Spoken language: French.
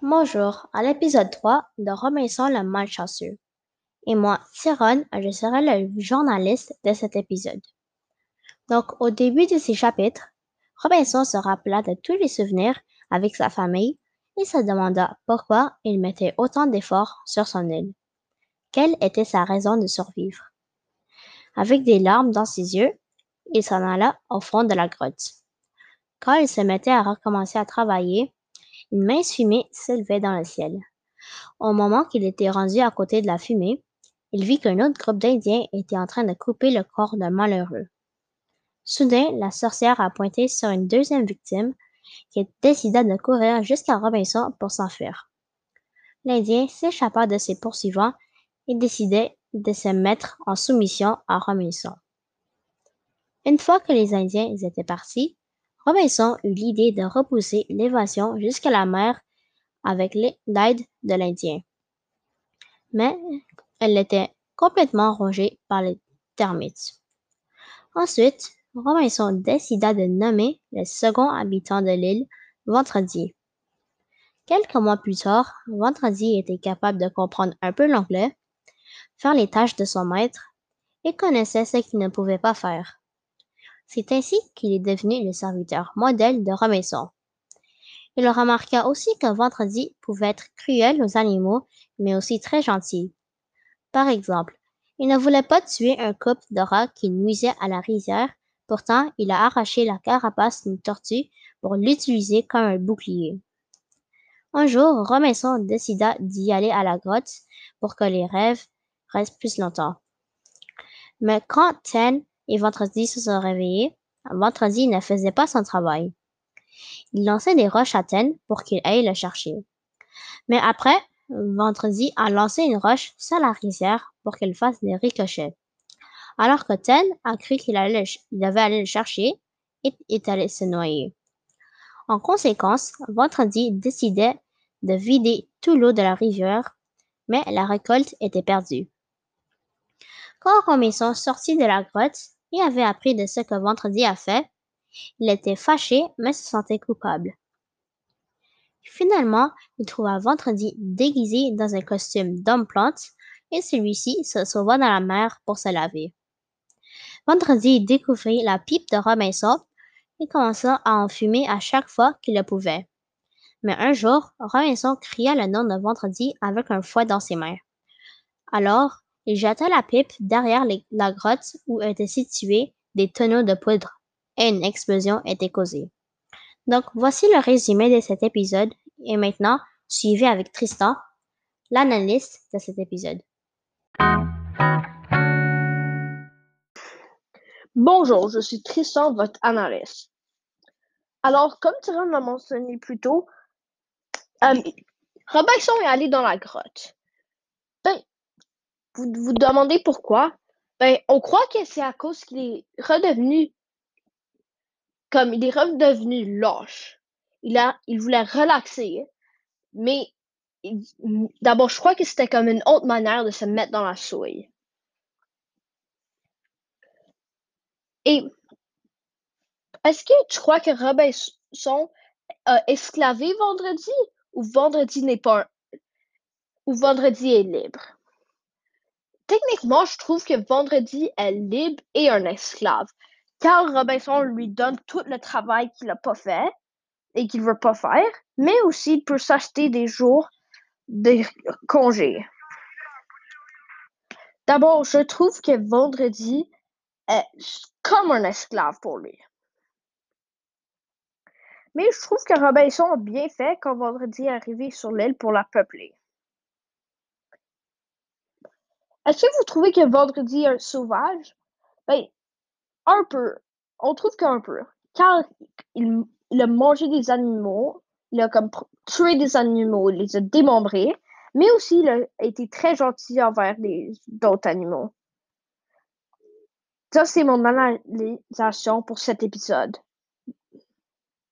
Bonjour, à l'épisode 3 de Robinson le Malchanceux. Et moi, Tyrone, je serai le journaliste de cet épisode. Donc, au début de ces chapitres, Robinson se rappela de tous les souvenirs avec sa famille et se demanda pourquoi il mettait autant d'efforts sur son île. Quelle était sa raison de survivre? Avec des larmes dans ses yeux, il s'en alla au fond de la grotte. Quand il se mettait à recommencer à travailler, une mince fumée s'élevait dans le ciel. Au moment qu'il était rendu à côté de la fumée, il vit qu'un autre groupe d'Indiens était en train de couper le corps d'un malheureux. Soudain, la sorcière a pointé sur une deuxième victime qui décida de courir jusqu'à Robinson pour s'enfuir. L'Indien s'échappa de ses poursuivants et décidait de se mettre en soumission à Robinson. Une fois que les Indiens étaient partis, Robinson eut l'idée de repousser l'évasion jusqu'à la mer avec l'aide de l'Indien. Mais elle était complètement rongée par les termites. Ensuite, Robinson décida de nommer le second habitant de l'île Vendredi. Quelques mois plus tard, Vendredi était capable de comprendre un peu l'anglais, faire les tâches de son maître et connaissait ce qu'il ne pouvait pas faire. C'est ainsi qu'il est devenu le serviteur modèle de Robinson. Il remarqua aussi que Vendredi pouvait être cruel aux animaux, mais aussi très gentil. Par exemple, il ne voulait pas tuer un couple de rats qui nuisait à la rizière, pourtant il a arraché la carapace d'une tortue pour l'utiliser comme un bouclier. Un jour, Robinson décida d'y aller à la grotte pour que les rêves restent plus longtemps. Mais quand Ten et Vendredi se sont réveillés, Vendredi ne faisait pas son travail. Il lançait des roches à Ten pour qu'il aille le chercher. Mais après, Vendredi a lancé une roche sur la rizière pour qu'elle fasse des ricochets. Alors que Ten a cru il devait aller le chercher et est allé se noyer. En conséquence, Vendredi décidait de vider tout l'eau de la rivière, mais la récolte était perdue. Quand Robinson sortit de la grotte et avait appris de ce que Vendredi a fait, il était fâché mais se sentait coupable. Finalement, il trouva Vendredi déguisé dans un costume d'homme-plante et celui-ci se sauva dans la mer pour se laver. Vendredi découvrit la pipe de Robinson et commença à en fumer à chaque fois qu'il le pouvait. Mais un jour, Robinson cria le nom de Vendredi avec un fouet dans ses mains. Alors, il jeta la pipe derrière la grotte où étaient situés des tonneaux de poudre et une explosion était causée. Donc, voici le résumé de cet épisode et maintenant, suivez avec Tristan, l'analyste de cet épisode. Bonjour, je suis Tristan, votre analyste. Alors, comme Tyrone l'a mentionné plus tôt, Robinson est allé dans la grotte. Vous vous demandez pourquoi? On croit que c'est à cause qu'il est redevenu lâche. Il voulait relaxer, mais d'abord, je crois que c'était comme une autre manière de se mettre dans la souille. Et est-ce que tu crois que Robinson a esclavé Vendredi ou Vendredi n'est pas ou Vendredi est libre? Techniquement, je trouve que Vendredi est libre et un esclave, car Robinson lui donne tout le travail qu'il n'a pas fait et qu'il veut pas faire, mais aussi il peut s'acheter des jours de congé. D'abord, je trouve que Vendredi est comme un esclave pour lui. Mais je trouve que Robinson a bien fait quand Vendredi est arrivé sur l'île pour la peupler. Est-ce que vous trouvez que Vendredi est un sauvage? Un peu. On trouve qu'un peu. Car il a mangé des animaux, il a comme tué des animaux, il les a démembrés, mais aussi il a été très gentil envers d'autres animaux. Ça, c'est mon analysation pour cet épisode.